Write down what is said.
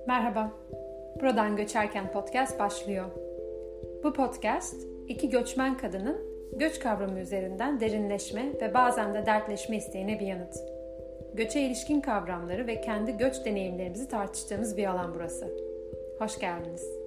Merhaba, Buradan Göçerken podcast başlıyor. Bu podcast, iki göçmen kadının göç kavramı üzerinden derinleşme ve bazen de dertleşme isteğine bir yanıt. Göçe ilişkin kavramları ve kendi göç deneyimlerimizi tartıştığımız bir alan burası. Hoş geldiniz.